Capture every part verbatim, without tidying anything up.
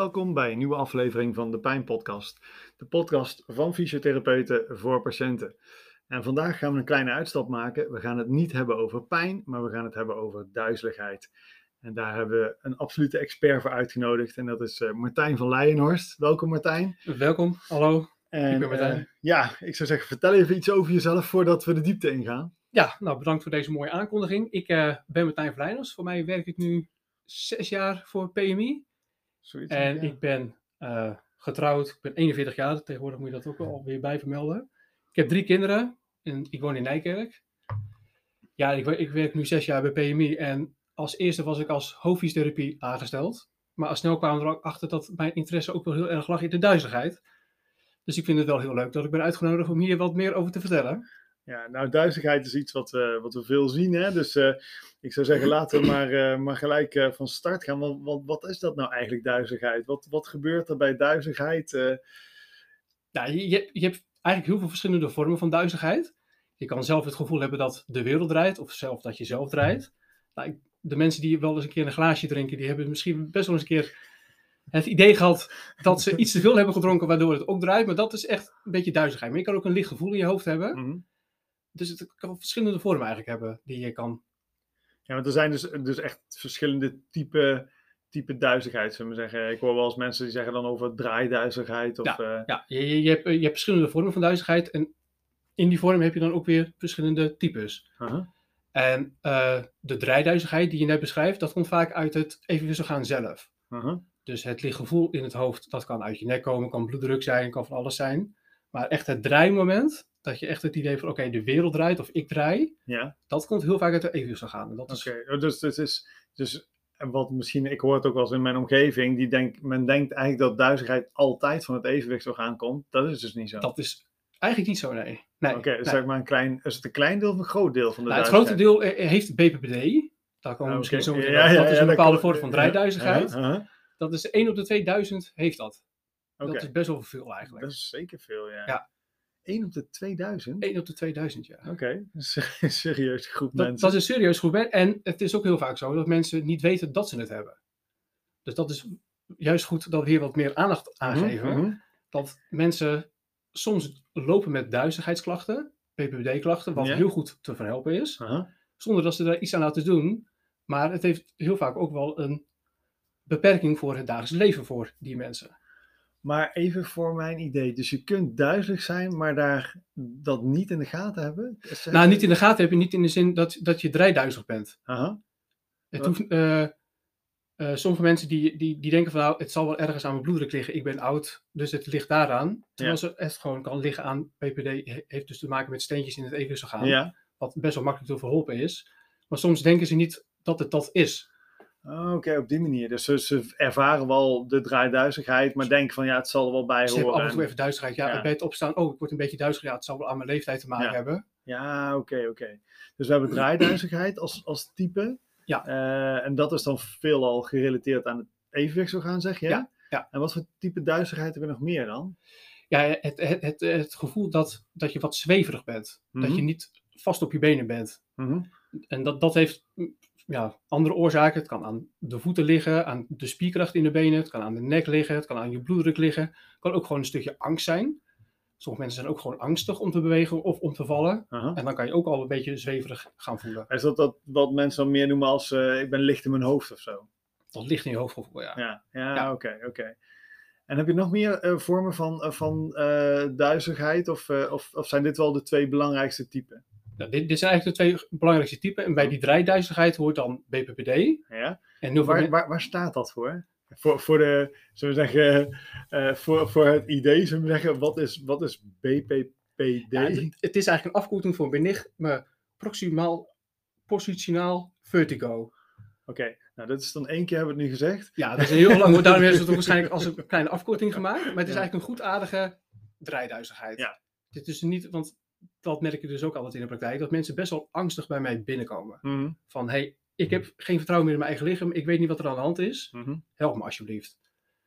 Welkom bij een nieuwe aflevering van de Pijn Podcast. De podcast van fysiotherapeuten voor patiënten. En vandaag gaan we een kleine uitstap maken. We gaan het niet hebben over pijn, maar we gaan het hebben over duizeligheid. En daar hebben we een absolute expert voor uitgenodigd. En dat is uh, Martijn van Leijenhorst. Welkom Martijn. Welkom, hallo. En, ik ben Martijn. Uh, ja, ik zou zeggen, vertel even iets over jezelf voordat we de diepte ingaan. Ja, nou bedankt voor deze mooie aankondiging. Ik uh, ben Martijn van Leijenhorst. Voor mij werk ik nu zes jaar voor P M I. Zoiets, en ja. ik ben uh, getrouwd. Ik ben eenenveertig jaar. Tegenwoordig moet je dat ook alweer bij vermelden. Ik heb drie kinderen. En ik woon in Nijkerk. Ja, ik, ik werk nu zes jaar bij P M I. En als eerste was ik als hoofdfysiotherapie aangesteld. Maar al snel kwamen we er ook achter dat mijn interesse ook wel heel erg lag in de duizeligheid. Dus ik vind het wel heel leuk dat ik ben uitgenodigd om hier wat meer over te vertellen. Ja, nou duizeligheid is iets wat we, wat we veel zien. Hè? Dus uh, ik zou zeggen, laten we maar, uh, maar gelijk uh, van start gaan. Want, wat, wat is dat nou eigenlijk, duizeligheid? Wat, wat gebeurt er bij duizeligheid? Uh... Nou, je, je, je hebt eigenlijk heel veel verschillende vormen van duizeligheid. Je kan zelf het gevoel hebben dat de wereld draait. Of zelf dat je zelf draait. Nou, de mensen die wel eens een keer een glaasje drinken, die hebben misschien best wel eens een keer het idee gehad dat ze iets te veel hebben gedronken, waardoor het ook draait. Maar dat is echt een beetje duizeligheid. Maar je kan ook een licht gevoel in je hoofd hebben. Mm-hmm. Dus het kan verschillende vormen eigenlijk hebben die je kan. Ja, want er zijn dus, dus echt verschillende typen type duizeligheid, zullen we zeggen. Ik hoor wel eens mensen die zeggen dan over draaiduizeligheid. Of, ja, uh... ja je, je, hebt, je hebt verschillende vormen van duizeligheid. En in die vorm heb je dan ook weer verschillende types. Uh-huh. En uh, de draaiduizeligheid die je net beschrijft, dat komt vaak uit het evenwisselgaan zelf. Uh-huh. Dus het lichtgevoel in het hoofd, dat kan uit je nek komen, kan bloeddruk zijn, kan van alles zijn. Maar echt het draaimoment, dat je echt het idee van, oké, okay, de wereld draait of ik draai, ja. Dat komt heel vaak uit de evenwisselgaan. Oké, is... okay. dus, dus, dus, dus wat misschien, ik hoor het ook wel eens in mijn omgeving, die denk, men denkt eigenlijk dat duizeligheid altijd van het evenwichtsorgaan komt. Dat is dus niet zo. Dat is eigenlijk niet zo, nee. nee Oké, okay, nee. zeg maar een klein, is het een klein deel of een groot deel van de nou, duizeligheid? Het grote deel heeft B P P D. Daar komen we misschien okay. zo meteen ja, ja, Dat is ja, een bepaalde vorm kan... van draaiduizigheid. Ja, uh-huh. Dat is één op de tweeduizend heeft dat. Okay. Dat is best wel veel eigenlijk. Dat is zeker veel, ja. ja. één op de tweeduizend? één op de tweeduizend, ja. Oké, okay. Een serieuze groep dat, mensen. Dat is een serieuze groep mensen. En het is ook heel vaak zo dat mensen niet weten dat ze het hebben. Dus dat is juist goed dat we hier wat meer aandacht aan geven. Mm-hmm. Dat mensen soms lopen met duizeligheidsklachten, P P D klachten, wat ja. heel goed te verhelpen is. Uh-huh. Zonder dat ze daar iets aan laten doen. Maar het heeft heel vaak ook wel een beperking voor het dagelijks leven voor die mensen. Maar even voor mijn idee. Dus je kunt duizelig zijn, maar daar dat niet in de gaten hebben? Zeg... Nou, niet in de gaten hebben, niet in de zin dat, dat je draaiduizelig bent. Uh-huh. Het hoeft, uh, uh, sommige mensen die, die, die denken van nou, het zal wel ergens aan mijn bloeddruk liggen. Ik ben oud, dus het ligt daaraan. Terwijl ja. het echt gewoon kan liggen aan P P D. Heeft dus te maken met steentjes in het evenwisselgaan. Ja. Wat best wel makkelijk te verholpen is. Maar soms denken ze niet dat het dat is. Oké, okay, op die manier. Dus ze, ze ervaren wel de draaiduizigheid, maar denken van ja, het zal er wel bij horen. Ze hebben af en toe even duizigheid. Ja, ja. bij het opstaan, oh, ik word een beetje duizelig. Ja, het zal wel aan mijn leeftijd te maken ja. hebben. Ja, oké, okay, oké. Okay. Dus we hebben draaiduizigheid als, als type. Ja. Uh, en dat is dan veelal gerelateerd aan het evenwichtsorgaan, zeg je? Ja. ja. En wat voor type duizigheid hebben we nog meer dan? Ja, het, het, het, het gevoel dat, dat je wat zweverig bent. Mm-hmm. Dat je niet vast op je benen bent. Mm-hmm. En dat, dat heeft ja, andere oorzaken. Het kan aan de voeten liggen, aan de spierkracht in de benen. Het kan aan de nek liggen, het kan aan je bloeddruk liggen. Het kan ook gewoon een stukje angst zijn. Sommige mensen zijn ook gewoon angstig om te bewegen of om te vallen. Uh-huh. En dan kan je ook al een beetje zweverig gaan voelen. Is dat, dat wat mensen dan meer noemen als uh, ik ben licht in mijn hoofd of zo? Dat ligt in je hoofdgevoel, ja. Ja, ja, ja. oké, okay, oké. Okay. En heb je nog meer uh, vormen van, uh, van uh, duizeligheid? Of, uh, of, of zijn dit wel de twee belangrijkste typen? Nou, dit, dit zijn eigenlijk de twee belangrijkste typen. En bij die draaiduizeligheid hoort dan B P P D. Ja. En waar, waar, waar staat dat voor? Voor, voor, de, zullen we zeggen, uh, voor, voor het idee, zullen we zeggen, wat is, wat is B P P D? Ja, het, het is eigenlijk een afkorting voor benign proximaal positionaal vertigo. Oké, okay. Nou dat is dan één keer hebben we het nu gezegd. Ja, dat is heel lang, daarom hebben ze het waarschijnlijk als een kleine afkorting gemaakt. Maar het is ja. eigenlijk een goedaardige draaiduizigheid. Ja. Dit is niet, want dat merk ik dus ook altijd in de praktijk, dat mensen best wel angstig bij mij binnenkomen. Mm-hmm. Van, hé, hey, ik heb geen vertrouwen meer in mijn eigen lichaam, ik weet niet wat er aan de hand is, mm-hmm. help me alsjeblieft.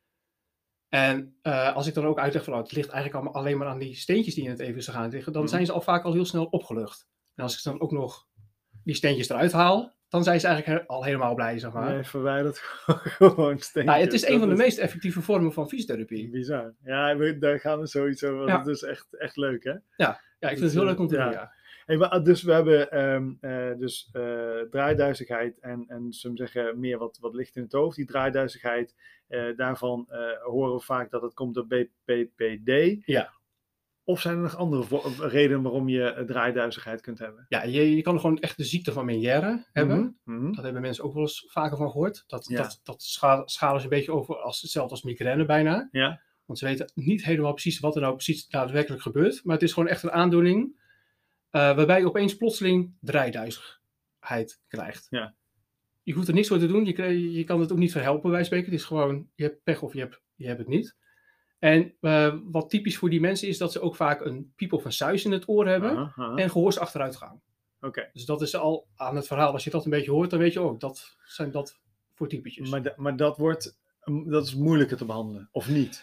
En uh, als ik dan ook uitleg van, oh, het ligt eigenlijk allemaal alleen maar aan die steentjes die in het evenwisselgaan liggen, dan mm-hmm. zijn ze al vaak al heel snel opgelucht. En als ik dan ook nog die steentjes eruit haal, dan zijn ze eigenlijk al helemaal blij, zeg maar. Nee, verwijderd gewoon steentjes. Nou, het is een dat van de is... meest effectieve vormen van fysiotherapie. Bizar. Ja, we, daar gaan we zoiets over. Ja. Dat is echt, echt leuk, hè? Ja, ja ik vind het heel leuk om te ja. doen, ja. Hey, maar, dus we hebben um, uh, dus uh, draaiduizigheid en, en zullen we zeggen, meer wat, wat licht in het hoofd. Die draaiduizigheid, uh, daarvan uh, horen we vaak dat het komt door B P P D. Ja. Of zijn er nog andere vo- redenen waarom je uh, draaiduizigheid kunt hebben? Ja, je, je kan gewoon echt de ziekte van Meniere hebben. Mm-hmm. Mm-hmm. Dat hebben mensen ook wel eens vaker van gehoord. Dat, Ja. dat, dat scha- schalen ze een beetje over als hetzelfde als migraine bijna. Ja. Want ze weten niet helemaal precies wat er nou precies daadwerkelijk gebeurt. Maar het is gewoon echt een aandoening uh, waarbij je opeens plotseling draaiduizigheid krijgt. Ja. Je hoeft er niks voor te doen. Je, je kan het ook niet verhelpen bij spreken. Het is gewoon, je hebt pech of je hebt, je hebt het niet. En uh, wat typisch voor die mensen is dat ze ook vaak een piep of een suis in het oor hebben. Aha, aha. En gehoorsachteruitgang. Okay. Dus dat is al aan het verhaal. Als je dat een beetje hoort, dan weet je ook, dat zijn dat voor typetjes. Maar, maar dat, wordt, dat is moeilijker te behandelen, of niet?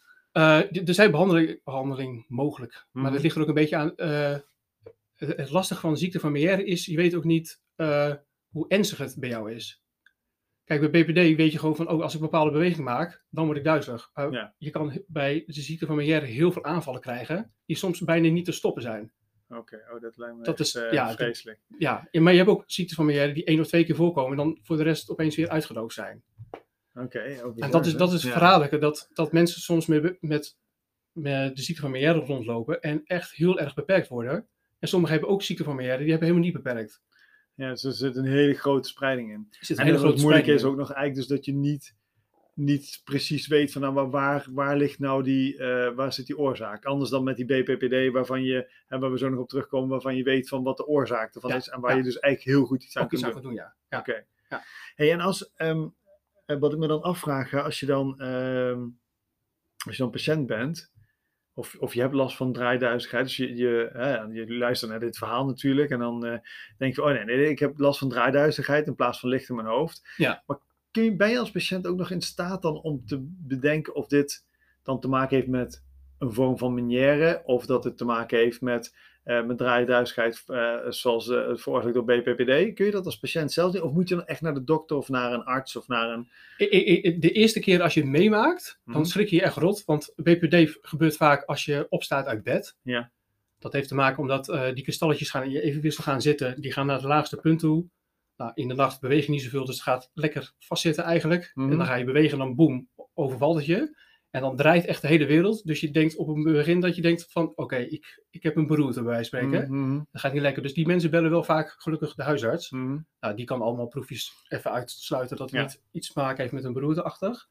Uh, er zijn behandeling, behandeling mogelijk. Mm-hmm. Maar dat ligt er ook een beetje aan. Uh, het, het lastige van de ziekte van Meniere is, je weet ook niet uh, hoe ernstig het bij jou is. Kijk, bij B P D weet je gewoon van, oh, als ik een bepaalde beweging maak, dan word ik duizelig. Uh, ja. Je kan bij de ziekte van Meniere heel veel aanvallen krijgen, die soms bijna niet te stoppen zijn. Oké, okay. Oh, dat lijkt me dat echt, is, uh, ja, vreselijk. Dat, ja, maar je hebt ook ziektes van Meniere die één of twee keer voorkomen en dan voor de rest opeens weer uitgedoofd zijn. Oké, okay, en dat is, dat is het verraderlijke, dat, dat mensen soms met, met, met de ziekte van Meniere rondlopen en echt heel erg beperkt worden. En sommigen hebben ook ziekte van Meniere, die hebben helemaal niet beperkt. Ja, dus er zit een hele grote spreiding in. Er zit en hele het moeilijke is in. ook nog eigenlijk dus dat je niet, niet precies weet van nou, waar, waar ligt nou die, uh, waar zit die oorzaak? Anders dan met die B P P D waarvan je, en waar we zo nog op terugkomen, waarvan je weet van wat de oorzaak ervan ja, is en waar ja. je dus eigenlijk heel goed iets aan ook kunt iets doen. Aan doen ja. Ja. Oké. Okay. Ja. Hey, en als, um, wat ik me dan afvraag, als je dan, um, als je dan patiënt bent, Of, of je hebt last van draaiduizigheid. Dus je, je, hè, je luistert naar dit verhaal natuurlijk. En dan uh, denk je, oh nee, nee, ik heb last van draaiduizigheid in plaats van licht in mijn hoofd. Ja. Maar kun je, ben je als patiënt ook nog in staat dan om te bedenken of dit dan te maken heeft met een vorm van Meniere? Of dat het te maken heeft met, uh, met draaiduizigheid uh, zoals uh, veroorzaakt door B P P D? Kun je dat als patiënt zelf doen? Of moet je dan echt naar de dokter of naar een arts of naar een... De eerste keer als je het meemaakt, dan hmm. schrik je je echt rot. Want B P P D gebeurt vaak als je opstaat uit bed. Ja. Dat heeft te maken omdat uh, die kristalletjes gaan in je evenwissel gaan zitten. Die gaan naar het laagste punt toe. Nou, in de nacht beweeg je niet zoveel, dus het gaat lekker vastzitten eigenlijk. Hmm. En dan ga je bewegen en dan boem, overvalt het je. En dan draait echt de hele wereld. Dus je denkt op een begin dat je denkt van... Oké, okay, ik, ik heb een beroerte bij wijze van spreken. Mm-hmm. Dat gaat niet lekker. Dus die mensen bellen wel vaak gelukkig de huisarts. Mm-hmm. Nou, die kan allemaal proefjes even uitsluiten... dat het ja. niet iets te maken heeft met een beroerteachtig.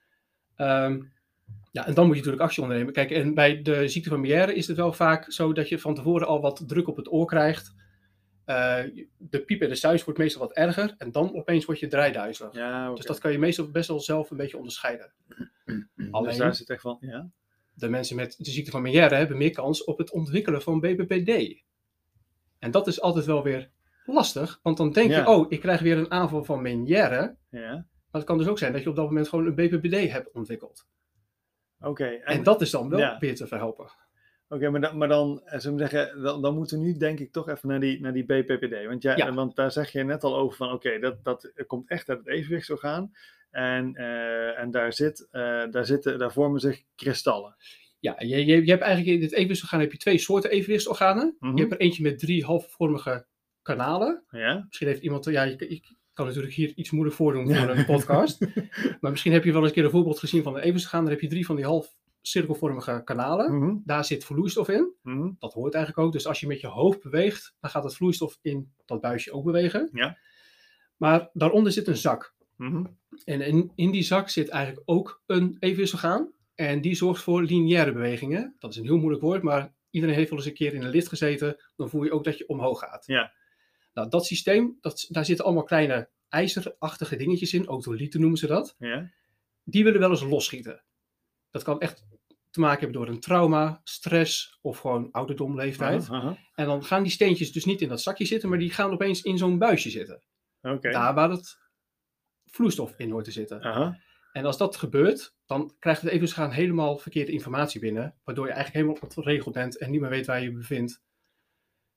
Um, ja, en dan moet je natuurlijk actie ondernemen. Kijk, en bij de ziekte van Meniere is het wel vaak zo... dat je van tevoren al wat druk op het oor krijgt... Uh, de piep en de suis wordt meestal wat erger... en dan opeens word je draaiduizelig. Ja, okay. Dus dat kan je meestal best wel zelf een beetje onderscheiden. Alleen, dus daar zit echt van, ja. De mensen met de ziekte van Meniere hebben meer kans op het ontwikkelen van B P P D. En dat is altijd wel weer lastig, want dan denk ja. je, oh, ik krijg weer een aanval van Meniere. Ja. Maar het kan dus ook zijn dat je op dat moment gewoon een B P P D hebt ontwikkeld. Oké. Okay, en, en dat is dan wel ja. weer te verhelpen. Oké, okay, maar, dan, maar dan, zullen we zeggen, dan, dan moeten we nu denk ik toch even naar die, naar die B P P D. Want, ja, ja. want daar zeg je net al over van, oké, okay, dat, dat komt echt uit het evenwichtsorgaan. En, uh, en daar, zit, uh, daar, zitten, daar vormen zich kristallen. Ja, je, je, je hebt eigenlijk in het evenwichtsorgaan heb je twee soorten evenwichtsorganen. Mm-hmm. Je hebt er eentje met drie halfvormige kanalen. Ja. Misschien heeft iemand, ja, je, je kan natuurlijk hier iets moeilijk voordoen voor ja. een podcast. Maar misschien heb je wel eens een keer een voorbeeld gezien van een evenwichtsorgaan. Dan heb je drie van die half cirkelvormige kanalen. Mm-hmm. Daar zit vloeistof in. Mm-hmm. Dat hoort eigenlijk ook. Dus als je met je hoofd beweegt, dan gaat het vloeistof in dat buisje ook bewegen. Ja. Maar daaronder zit een zak. Mm-hmm. En in, in die zak zit eigenlijk ook een evenwichtsorgaan. En die zorgt voor lineaire bewegingen. Dat is een heel moeilijk woord, maar iedereen heeft wel eens een keer in een lift gezeten. Dan voel je ook dat je omhoog gaat. Ja. Nou, dat systeem, dat, daar zitten allemaal kleine ijzerachtige dingetjes in. Otolieten noemen ze dat. Ja. Die willen wel eens losschieten. Dat kan echt te maken hebben door een trauma, stress of gewoon ouderdom, leeftijd. Uh-huh, uh-huh. En dan gaan die steentjes dus niet in dat zakje zitten, maar die gaan opeens in zo'n buisje zitten. Okay. Daar waar het vloeistof in hoort te zitten. Uh-huh. En als dat gebeurt, dan krijgt het evenwichtsorgaan helemaal verkeerde informatie binnen, waardoor je eigenlijk helemaal ontregeld bent en niet meer weet waar je je bevindt.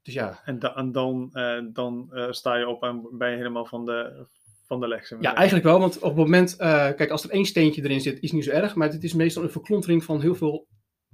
Dus ja. En, da- en dan, uh, dan uh, sta je op en ben je helemaal van de, van de leg. Ja, eigenlijk wel. Want op het moment, uh, kijk, als er één steentje erin zit, is het niet zo erg. Maar het is meestal een verklontering van heel veel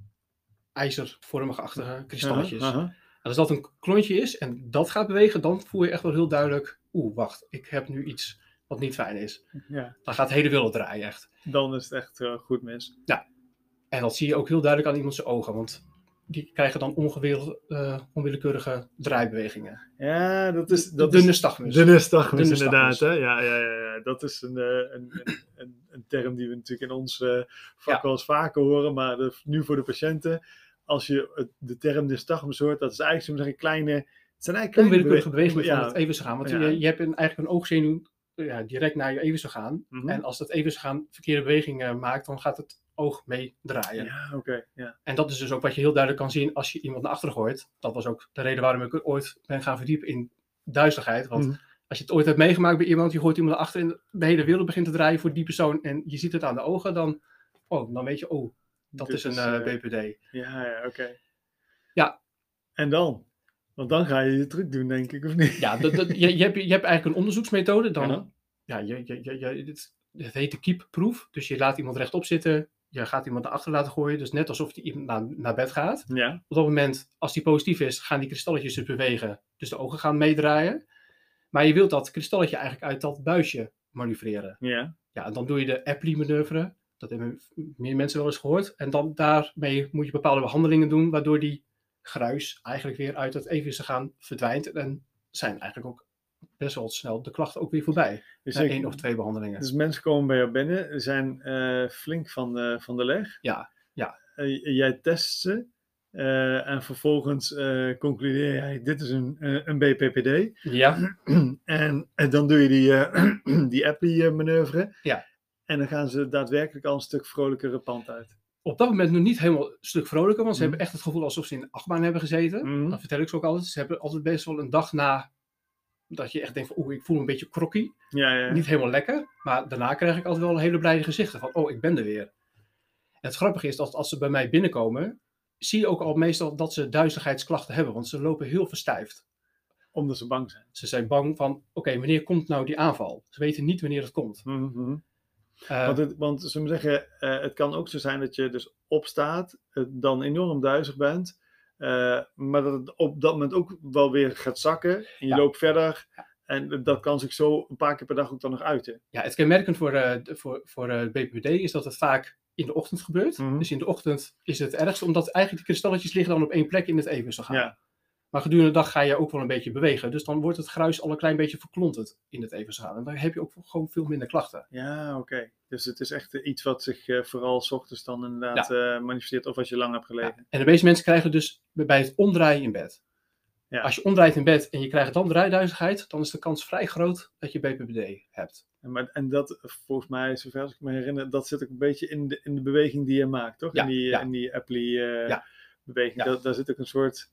ijzervormig-achtige kristalletjes. Uh-huh, uh-huh. En als dat een klontje is en dat gaat bewegen, dan voel je echt wel heel duidelijk, oeh, wacht, ik heb nu iets wat niet fijn is. Ja. Dan gaat de hele wereld draaien, echt. Dan is het echt uh, goed mis. Ja. En dat zie je ook heel duidelijk aan iemand zijn ogen, want die krijgen dan ongewild, uh, onwillekeurige draaibewegingen. Ja, dat is... Dat de is nystagmus. De nystagmus, inderdaad. Hè? Ja, ja, ja, ja, dat is een, een, een, een term die we natuurlijk in ons uh, vak ja. wel eens vaker horen, maar de, nu voor de patiënten, als je de term nystagmus hoort, dat is eigenlijk zo'n kleine... Het zijn eigenlijk onwillekeurige bewegingen ja. van het evensorgaan. Want ja. je, je hebt een, eigenlijk een oogzenuw ja, direct naar je evensorgaan. Mm-hmm. En als dat evensorgaan verkeerde bewegingen maakt, dan gaat het oog mee draaien. Ja, oké. Okay, ja. En dat is dus ook wat je heel duidelijk kan zien als je iemand naar achteren gooit. Dat was ook de reden waarom ik ooit ben gaan verdiepen in duizeligheid. Want mm. als je het ooit hebt meegemaakt bij iemand, je gooit iemand naar achteren en de hele wereld begint te draaien voor die persoon en je ziet het aan de ogen, dan, oh, dan weet je, oh, dat Dit is een uh, B P D. Ja, ja, oké. Okay. Ja. En dan? Want dan ga je je truc doen, denk ik, of niet? Ja, dat, dat, je, je, hebt, je hebt eigenlijk een onderzoeksmethode. Dan, ja, ja je, je, je, je, het, het heet de keep-proof. Dus je laat iemand rechtop zitten. Je gaat iemand naar achter laten gooien. Dus net alsof die iemand naar, naar bed gaat. Ja. Op dat moment, als die positief is, gaan die kristalletjes dus bewegen. Dus de ogen gaan meedraaien. Maar je wilt dat kristalletje eigenlijk uit dat buisje manoeuvreren. Ja. Ja, en dan doe je de Epley-manoeuvre. Dat hebben meer mensen wel eens gehoord. En dan daarmee moet je bepaalde behandelingen doen, waardoor die gruis eigenlijk weer uit het evenwichtsorgaan verdwijnt. En zijn eigenlijk ook best wel snel de klachten ook weer voorbij. Dus na één of twee behandelingen. Dus mensen komen bij jou binnen, zijn uh, flink van de, van de leg. Ja, ja. Uh, jij test ze. Uh, en vervolgens uh, concludeer jij, dit is een, uh, een B P P D. Ja. en, en dan doe je die, uh, die Epley-manoeuvre. Ja. En dan gaan ze daadwerkelijk al een stuk vrolijkere pand uit. Op dat moment nog niet helemaal een stuk vrolijker, want ze mm. hebben echt het gevoel alsof ze in een achtbaan hebben gezeten. Mm. Dat vertel ik ze ook altijd. Ze hebben altijd best wel een dag na dat je echt denkt van, oeh, ik voel me een beetje krokkie. Ja, ja. Niet helemaal lekker, maar daarna krijg ik altijd wel een hele blijde gezichten van, oh, ik ben er weer. En het grappige is dat als ze bij mij binnenkomen, zie je ook al meestal dat ze duizeligheidsklachten hebben, want ze lopen heel verstijfd. Omdat ze bang zijn. Ze zijn bang van, oké, okay, wanneer komt nou die aanval? Ze weten niet wanneer het komt. Mm-hmm. Uh, want, het, want zullen we zeggen, uh, het kan ook zo zijn dat je dus opstaat, uh, dan enorm duizelig bent, uh, maar dat het op dat moment ook wel weer gaat zakken en je ja. loopt verder. Ja. En dat kan zich zo een paar keer per dag ook dan nog uiten. Ja, het kenmerkend voor, uh, voor, voor uh, B P P D is dat het vaak in de ochtend gebeurt. Mm-hmm. Dus in de ochtend is het ergst, omdat eigenlijk die kristalletjes liggen dan op één plek in het evenwichtsorgaan. Ja. Maar gedurende de dag ga je ook wel een beetje bewegen. Dus dan wordt het gruis al een klein beetje verklonterd in het evenwichtsorgaan. En dan heb je ook gewoon veel minder klachten. Ja, oké. Okay. Dus het is echt iets wat zich uh, vooral 's ochtends dan inderdaad ja. uh, manifesteert of als je lang hebt gelegen. Ja. En de meeste mensen krijgen dus bij het omdraaien in bed. Ja. Als je omdraait in bed en je krijgt dan draaiduizigheid, dan is de kans vrij groot dat je B P P D hebt. En, maar, en dat, volgens mij, zover als ik me herinner, dat zit ook een beetje in de, in de beweging die je maakt, toch? Ja, in die, ja. in die Epley-beweging. Uh, ja. ja. daar zit ook een soort...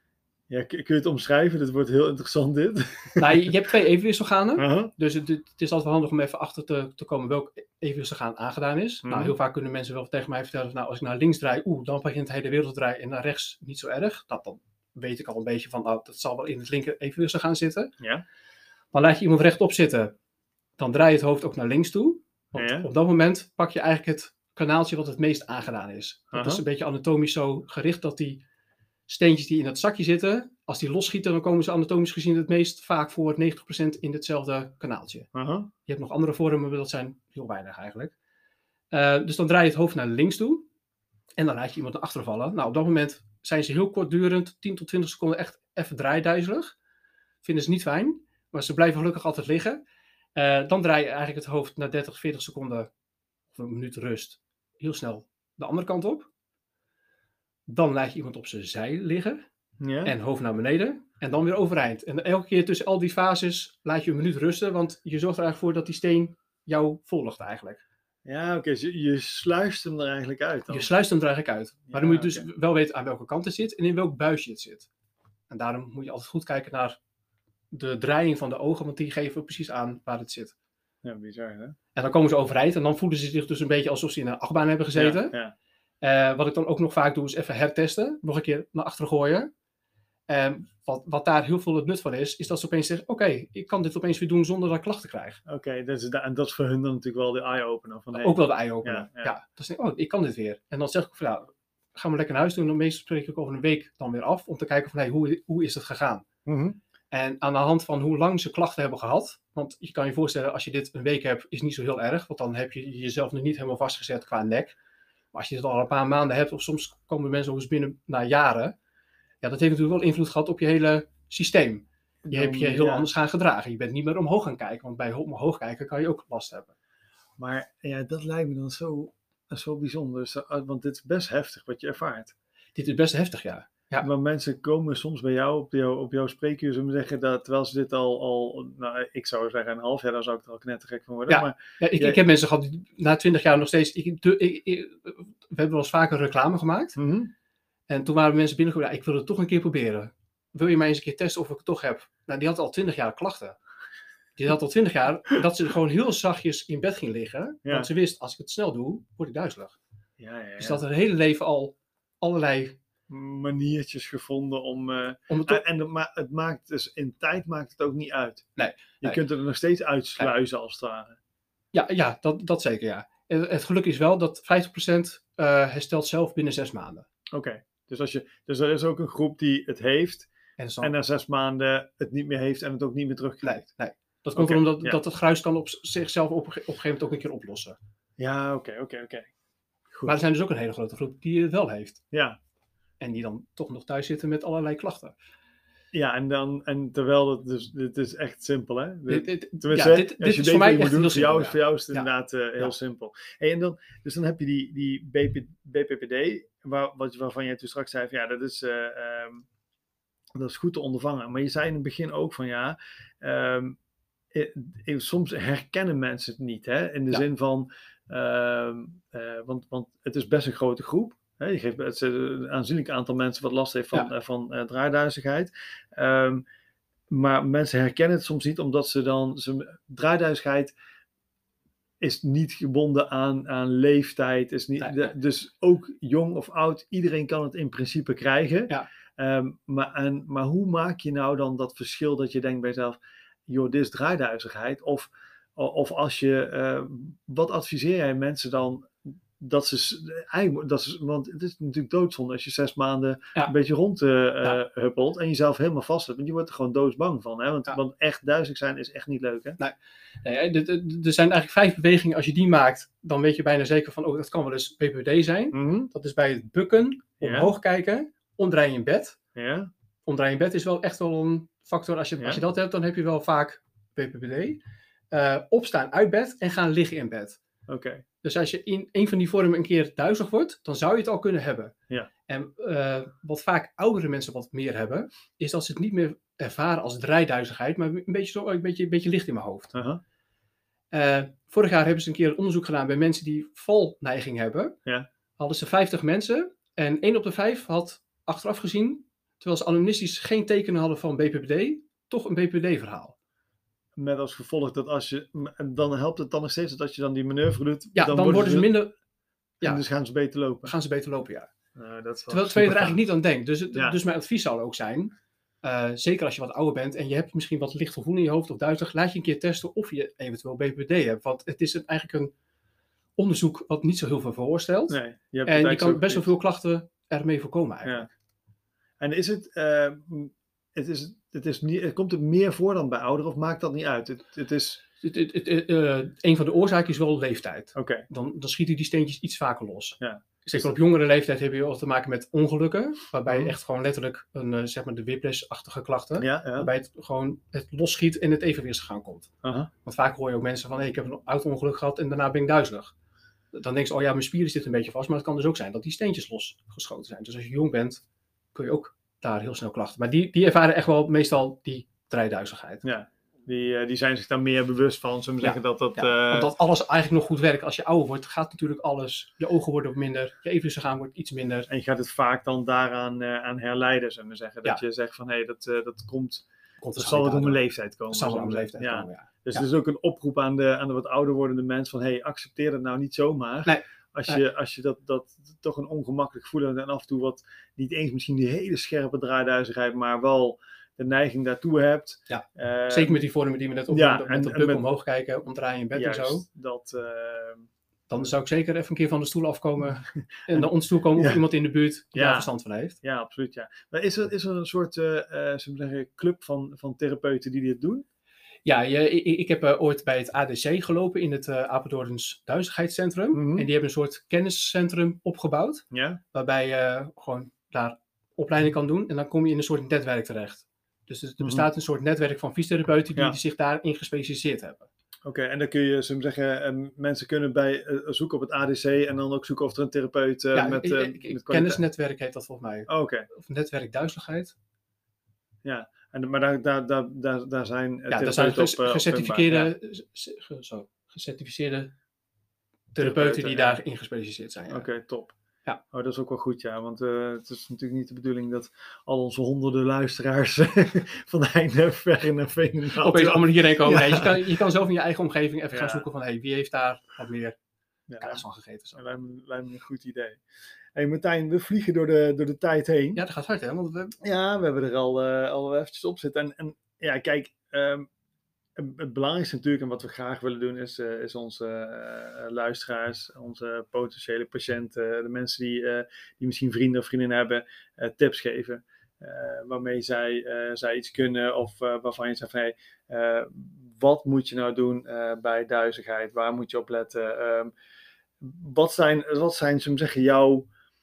Ja, kun je het omschrijven? Dit wordt heel interessant, dit. Nou, je, je hebt twee evenwichtsorganen. Uh-huh. Dus het, het is altijd wel handig om even achter te, te komen welk evenwichtsorgaan aangedaan is. Uh-huh. Nou, heel vaak kunnen mensen wel tegen mij vertellen, nou, als ik naar links draai, oeh, dan begint de hele wereld te draaien. En naar rechts niet zo erg. Dat, dan weet ik al een beetje van, nou, dat zal wel in het linker evenwichtsorgaan zitten. Ja. Maar laat je iemand rechtop zitten, dan draai je het hoofd ook naar links toe. Want ja. op dat moment pak je eigenlijk het kanaaltje wat het meest aangedaan is. Dat uh-huh. is een beetje anatomisch zo gericht dat die steentjes die in dat zakje zitten, als die losschieten, dan komen ze anatomisch gezien het meest vaak voor negentig procent in hetzelfde kanaaltje. Uh-huh. Je hebt nog andere vormen, maar dat zijn heel weinig eigenlijk. Uh, dus dan draai je het hoofd naar links toe en dan laat je iemand naar achteren vallen. Nou, op dat moment zijn ze heel kortdurend, tien tot twintig seconden echt even draaiduizelig. Vinden ze niet fijn, maar ze blijven gelukkig altijd liggen. Uh, dan draai je eigenlijk het hoofd na dertig, veertig seconden of een minuut rust heel snel de andere kant op. Dan laat je iemand op zijn zij liggen. Ja. En hoofd naar beneden. En dan weer overeind. En elke keer tussen al die fases laat je een minuut rusten. Want je zorgt er eigenlijk voor dat die steen jou volgt eigenlijk. Ja, oké. Okay. Dus je, je sluist hem er eigenlijk uit dan. Je sluist hem er eigenlijk uit. Maar ja, dan moet je dus okay. wel weten aan welke kant het zit. En in welk buisje het zit. En daarom moet je altijd goed kijken naar de draaiing van de ogen. Want die geven precies aan waar het zit. Ja, bizar hè. En dan komen ze overeind. En dan voelen ze zich dus een beetje alsof ze in een achtbaan hebben gezeten. Ja, ja. Uh, wat ik dan ook nog vaak doe, is even hertesten. Nog een keer naar achteren gooien. En wat, wat daar heel veel het nut van is, is dat ze opeens zeggen, oké, okay, ik kan dit opeens weer doen zonder dat ik klachten krijg. Oké, okay, dus en dat is voor hun dan natuurlijk wel de eye-opener. Van, hey, ook wel de eye-opener, ja. ja. ja. Dus denk ik, oh, ik kan dit weer. En dan zeg ik van, nou, gaan we lekker naar huis doen. En meestal spreek ik over een week dan weer af, om te kijken van, hey, hoe, hoe is het gegaan? Mm-hmm. En aan de hand van hoe lang ze klachten hebben gehad, want je kan je voorstellen, als je dit een week hebt, is niet zo heel erg, want dan heb je jezelf nog niet helemaal vastgezet qua nek. Maar als je het al een paar maanden hebt, of soms komen mensen ook eens binnen na jaren, ja, dat heeft natuurlijk wel invloed gehad op je hele systeem. Je Dan, hebt je heel ja. anders gaan gedragen. Je bent niet meer omhoog gaan kijken, want bij omhoog kijken kan je ook last hebben. Maar ja, dat lijkt me dan zo, zo bijzonder, want dit is best heftig wat je ervaart. Dit is best heftig, ja. Ja. Maar mensen komen soms bij jou op, jou, op jouw spreekuur om te zeggen dat terwijl ze dit al, al nou, ik zou zeggen een half jaar, dan zou ik er al knettergek van worden. Ja, maar, ja, ik, jij... ik heb mensen gehad die na twintig jaar nog steeds, ik, de, ik, ik, we hebben wel eens vaker reclame gemaakt. Mm-hmm. En toen waren mensen binnengekomen, ja, ik wil het toch een keer proberen. Wil je mij eens een keer testen of ik het toch heb? Nou, die had al twintig jaar klachten. Die had al twintig jaar dat ze gewoon heel zachtjes in bed ging liggen. Ja. Want ze wist, als ik het snel doe, word ik duizelig. Ja, ja, ja. Dus dat haar hele leven al allerlei maniertjes gevonden om... Uh, om het to- en, en maar het maakt dus in tijd maakt het ook niet uit. Nee. Je nee. kunt er nog steeds uitsluizen nee. als het ware. Ja, ja dat, dat zeker, ja. Het, het geluk is wel dat vijftig procent uh, herstelt zelf binnen zes maanden. Oké. Okay. Dus, als je, dus er is ook een groep die het heeft en, dan... en na zes maanden het niet meer heeft en het ook niet meer terugkrijgt. Nee, nee. Dat komt okay. omdat ja. dat het gruis kan op zichzelf op, op een gegeven moment ook een keer oplossen. Ja, oké, okay, oké, okay, oké. Okay. Maar er zijn dus ook een hele grote groep die het wel heeft. Ja. En die dan toch nog thuis zitten met allerlei klachten. Ja, en, dan, en terwijl het dus, dit is echt simpel, hè? Dit, dit, Tenminste, ja, dit, als je dit voor mij moet doen, voor jou, ja. voor jou is het ja. inderdaad uh, heel ja. simpel. Hey, en dan, dus dan heb je die, die B P P D, waar, wat, waarvan jij toen straks zei, van, ja, dat is, uh, um, dat is goed te ondervangen. Maar je zei in het begin ook van, ja, um, soms herkennen mensen het niet, hè? In de ja. zin van, uh, uh, want, want het is best een grote groep. He, je geeft het een aanzienlijk aantal mensen wat last heeft van, ja. uh, van uh, draaiduizigheid. Um, maar mensen herkennen het soms niet, omdat ze dan... Ze, draaiduizigheid is niet gebonden aan, aan leeftijd. Is niet, nee, de, nee. Dus ook jong of oud, iedereen kan het in principe krijgen. Ja. Um, maar, en, maar hoe maak je nou dan dat verschil dat je denkt bij jezelf... joh, dit is draaiduizigheid. Of, of als je... Uh, wat adviseer jij mensen dan... Dat ze, eigenlijk, dat ze, want het is natuurlijk doodzonde als je zes maanden ja. een beetje rond uh, ja. huppelt en jezelf helemaal vast hebt. Want je wordt er gewoon doodsbang van. Hè? Want, ja. want echt duizelig zijn is echt niet leuk. Hè? Nee. nee er zijn eigenlijk vijf bewegingen. Als je die maakt, dan weet je bijna zeker van, oh, dat kan wel eens B P D zijn. Mm-hmm. Dat is bij het bukken, omhoog ja. kijken, omdraaien in bed. Ja. Omdraaien in bed is wel echt wel een factor. Als je, ja. als je dat hebt, dan heb je wel vaak B P D. Uh, opstaan uit bed en gaan liggen in bed. Oké. Okay. Dus als je in een van die vormen een keer duizelig wordt, dan zou je het al kunnen hebben. Ja. En uh, wat vaak oudere mensen wat meer hebben, is dat ze het niet meer ervaren als draaiduizigheid, maar een beetje, zo, een beetje, een beetje licht in mijn hoofd. Uh-huh. Uh, vorig jaar hebben ze een keer een onderzoek gedaan bij mensen die valneiging hebben. Ja. Hadden ze vijftig mensen en één op de vijf had achteraf gezien, terwijl ze anamnestisch geen tekenen hadden van B P P D, toch een B P P D-verhaal. Met als gevolg dat als je, dan helpt het dan nog steeds dat als je dan die manoeuvre doet. Ja, dan, dan worden ze minder. Ja, en dus gaan ze beter lopen. Gaan ze beter lopen, ja. Uh, dat is terwijl, terwijl je er eigenlijk niet aan denkt. Dus, ja. dus mijn advies zou ook zijn, uh, zeker als je wat ouder bent en je hebt misschien wat licht gevoel in je hoofd of duizelig, laat je een keer testen of je eventueel B P P D hebt. Want het is een, eigenlijk een onderzoek wat niet zo heel veel voorstelt. Nee, je hebt en je kan best wel veel klachten ermee voorkomen eigenlijk. Ja. En is het... Uh, Het, is, het, is niet, het komt er meer voor dan bij ouderen, of maakt dat niet uit? Het, het is... Het, het, het, het, uh, een van de oorzaken is wel leeftijd. Okay. Dan, dan schieten die steentjes iets vaker los. Ja. Zeker op jongere leeftijd heb je al te maken met ongelukken, waarbij je echt gewoon letterlijk een, uh, zeg maar de whiplash-achtige klachten, ja, ja. waarbij het gewoon het losschiet en het evenwichtsgaan komt. Uh-huh. Want vaak hoor je ook mensen van, hey, ik heb een auto-ongeluk gehad en daarna ben ik duizelig. Dan denken ze, oh ja, mijn spieren zitten een beetje vast, maar het kan dus ook zijn dat die steentjes losgeschoten zijn. Dus als je jong bent, kun je ook daar heel snel klachten. Maar die, die ervaren echt wel meestal die draaiduizigheid. Ja, die, uh, die zijn zich daar meer bewust van. Zullen we ja, zeggen dat dat... Ja, uh... omdat alles eigenlijk nog goed werkt. Als je ouder wordt, gaat natuurlijk alles... Je ogen worden wat minder, je evenwichtsgaan wordt iets minder. En je gaat het vaak dan daaraan uh, aan herleiden, zullen we zeggen. Dat ja. je zegt van, hé, hey, dat, uh, dat komt... komt dat zal het om een leeftijd komen. Dat zal het om een leeftijd ja. komen, ja. Dus ja. het is ook een oproep aan de, aan de wat ouder wordende mensen van, hé, hey, accepteer het nou niet zomaar. Nee. als je, als je dat, dat toch een ongemakkelijk gevoel hebt en af en toe wat, niet eens misschien die hele scherpe draaiduizigheid, maar wel de neiging daartoe hebt. Ja, uh, zeker met die vormen die we net opnoemden, ja, met de buk omhoog kijken, omdraaien in bed juist, en zo. Dat, uh, dan zou ik zeker even een keer van de stoel afkomen en naar ons toe komen of ja. iemand in de buurt die ja. daar verstand van heeft. Ja, absoluut. Ja. Maar is er, is er een soort uh, uh, zeggen, club van, van therapeuten die dit doen? Ja, je, ik, ik heb uh, ooit bij het A D C gelopen in het uh, Apeldoorns Duizigheidscentrum. Mm-hmm. En die hebben een soort kenniscentrum opgebouwd. Ja. Waarbij je gewoon daar opleiding kan doen. En dan kom je in een soort netwerk terecht. Dus er bestaat mm-hmm. een soort netwerk van fysiotherapeuten die, ja. die zich daarin gespecialiseerd hebben. Oké, okay, en dan kun je, zullen we zeggen, uh, mensen kunnen bij uh, zoeken op het A D C en dan ook zoeken of er een therapeut uh, ja, met, uh, uh, ik, ik, met kennisnetwerk heet dat volgens mij. Oh, oké. Okay. Of netwerk duizeligheid. Ja, en, maar daar, daar, daar, daar, daar zijn uh, ja, daar zijn ges, op, uh, gecertificeerde, ja. zo, gecertificeerde therapeuten die ja. daarin gespecialiseerd zijn. Ja. Oké, okay, top. Ja. Oh, dat is ook wel goed, ja. Want uh, het is natuurlijk niet de bedoeling dat al onze honderden luisteraars van heinde, ver naar veen opeens allemaal hierheen komen. Ja. Nee, je, kan, je kan zelf in je eigen omgeving even ja. gaan zoeken van hey, wie heeft daar wat meer ja, kaas van gegeten. Zo. Lijkt me, lijkt me een goed idee. Hey Martijn, we vliegen door de, door de tijd heen. Ja, dat gaat hard hè. Want we... Ja, we hebben er al, uh, al eventjes op zitten. En, en ja, kijk... Um, Het belangrijkste natuurlijk en wat we graag willen doen is, uh, is onze uh, luisteraars, onze potentiële patiënten, de mensen die, uh, die misschien vrienden of vriendinnen hebben, uh, tips geven. Uh, waarmee zij, uh, zij iets kunnen of uh, waarvan je zegt van hey, uh, wat moet je nou doen uh, bij duizigheid, waar moet je op letten? Um, wat zijn, wat zijn zullen we zeggen, jouw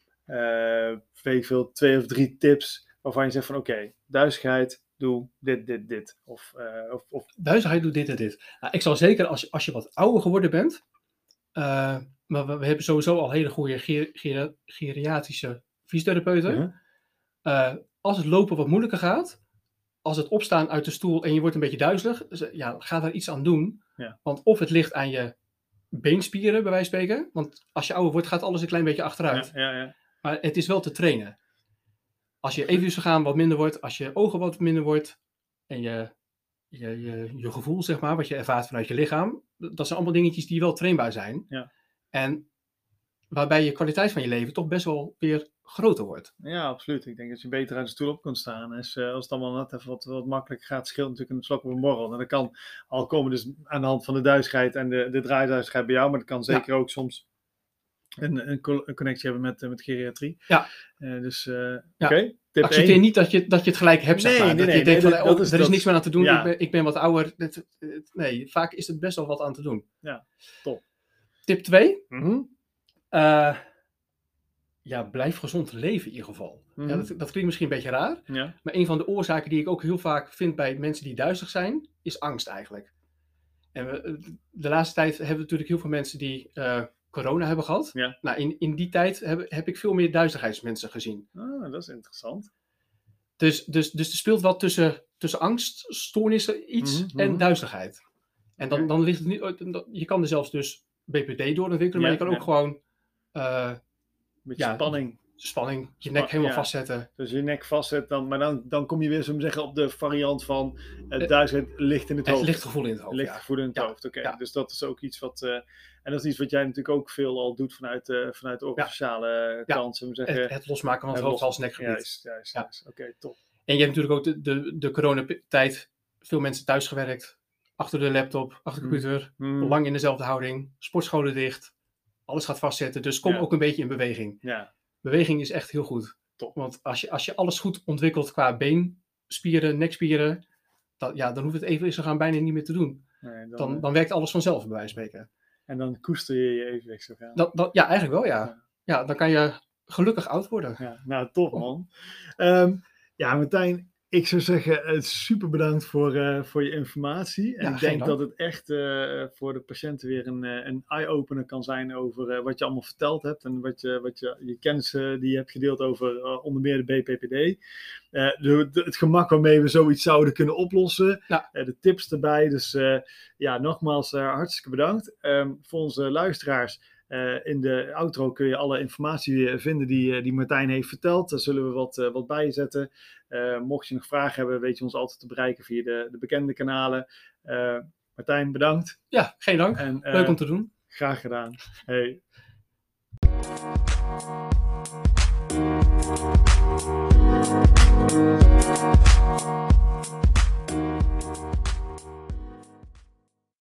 uh, veel, twee of drie tips waarvan je zegt van oké, okay, duizigheid, doe dit, dit, dit. Of, uh, of, of... Duizigheid doet dit en dit. Nou, ik zal zeker, als je, als je wat ouder geworden bent, uh, maar we, we hebben sowieso al hele goede ger, ger, geriatrische fysiotherapeuten. Uh-huh. Uh, als het lopen wat moeilijker gaat, als het opstaan uit de stoel en je wordt een beetje duizelig, ja, ga daar iets aan doen. Ja. Want of het ligt aan je beenspieren, bij wijze van spreken. Want als je ouder wordt, gaat alles een klein beetje achteruit. Ja, ja, ja. Maar het is wel te trainen. Als je evenwichtsorgaan wat minder wordt, als je ogen wat minder wordt en je, je, je, je gevoel, zeg maar, wat je ervaart vanuit je lichaam, dat zijn allemaal dingetjes die wel trainbaar zijn. Ja. En waarbij je kwaliteit van je leven toch best wel weer groter wordt. Ja, absoluut. Ik denk dat je beter uit de stoel op kunt staan. Dus, uh, als het allemaal net even wat, wat makkelijker gaat, scheelt natuurlijk een slok op een borrel. En dat kan al komen dus aan de hand van de duizigheid en de, de draaiduizigheid bij jou, maar dat kan zeker ja. ook soms een, een, een connectie hebben met, met geriatrie. Ja. Uh, dus, uh, ja. oké. Okay. Accepteer één. niet dat je, dat je het gelijk hebt, zeg nee, maar. Nee, dat nee, je denkt nee, van, dat, oh, dat is, er is dat... niks meer aan te doen, ja. ik, ben, ik ben wat ouder. Het, het, nee, vaak is er best wel wat aan te doen. Ja, top. Tip twee. Mm-hmm. Uh, ja, blijf gezond leven in ieder geval. Mm-hmm. Ja, dat, dat klinkt misschien een beetje raar. Ja. Maar een van de oorzaken die ik ook heel vaak vind bij mensen die duizig zijn, is angst eigenlijk. En we, de laatste tijd hebben we natuurlijk heel veel mensen die uh, corona hebben gehad. Ja. Nou, in, in die tijd heb, heb ik veel meer duizigheidsmensen gezien. Ah, dat is interessant. Dus, dus, dus er speelt wat tussen, tussen angststoornissen iets mm-hmm. en duizigheid. En dan, okay. dan ligt het niet... Je kan er zelfs dus B P D door ontwikkelen, ja, maar je kan ja. ook gewoon... Uh, Beetje ja, spanning. Spanning, je nek helemaal ja. vastzetten. Dus je nek vastzet, dan, maar dan, dan kom je weer, zo zeggen, op de variant van uh, duizigheid ligt in het, het hoofd. Het lichtgevoel in het hoofd, Lichtgevoel in het ja. hoofd, oké. Okay. Ja. Dus dat is ook iets wat... Uh, en dat is iets wat jij natuurlijk ook veel al doet vanuit, uh, vanuit de organisale ja. kant. Ja. Zeggen, het, het losmaken van het, het hoofd als nekgebied. Juist, juist, ja. juist. Oké, okay, top. En je hebt natuurlijk ook de, de, de coronatijd veel mensen thuis gewerkt. Achter de laptop, achter de computer. Mm. Lang in dezelfde houding. Sportscholen dicht. Alles gaat vastzetten. Dus kom ja. ook een beetje in beweging. Ja. Beweging is echt heel goed. Top. Want als je, als je alles goed ontwikkelt qua beenspieren, nekspieren. Dat, ja, dan hoeft het evenwichtsorgaan bijna niet meer te doen. Nee, dan, dan, dan werkt alles vanzelf, bij wijze van spreken. En dan koester je je evenwichtsorgaan. Dat, dat, ja, eigenlijk wel, ja. ja. Ja, dan kan je gelukkig oud worden. Ja, nou, top man. Um, ja, Martijn, ik zou zeggen, super bedankt voor, uh, voor je informatie. En ja, ik denk dank. dat het echt uh, voor de patiënten weer een, uh, een eye-opener kan zijn over uh, wat je allemaal verteld hebt. En wat je, wat je, je kennis uh, die je hebt gedeeld over uh, onder meer de B P P D. Uh, de, de, het gemak waarmee we zoiets zouden kunnen oplossen. Ja. Uh, de tips erbij. Dus uh, ja, nogmaals uh, hartstikke bedankt. Um, voor onze luisteraars. Uh, in de outro kun je alle informatie vinden die, die Martijn heeft verteld. Daar zullen we wat, uh, wat bij zetten. Uh, mocht je nog vragen hebben, weet je ons altijd te bereiken via de, de bekende kanalen. Uh, Martijn, bedankt. Ja, geen dank. En, uh, Leuk om te doen. Graag gedaan. Hey. Thank you.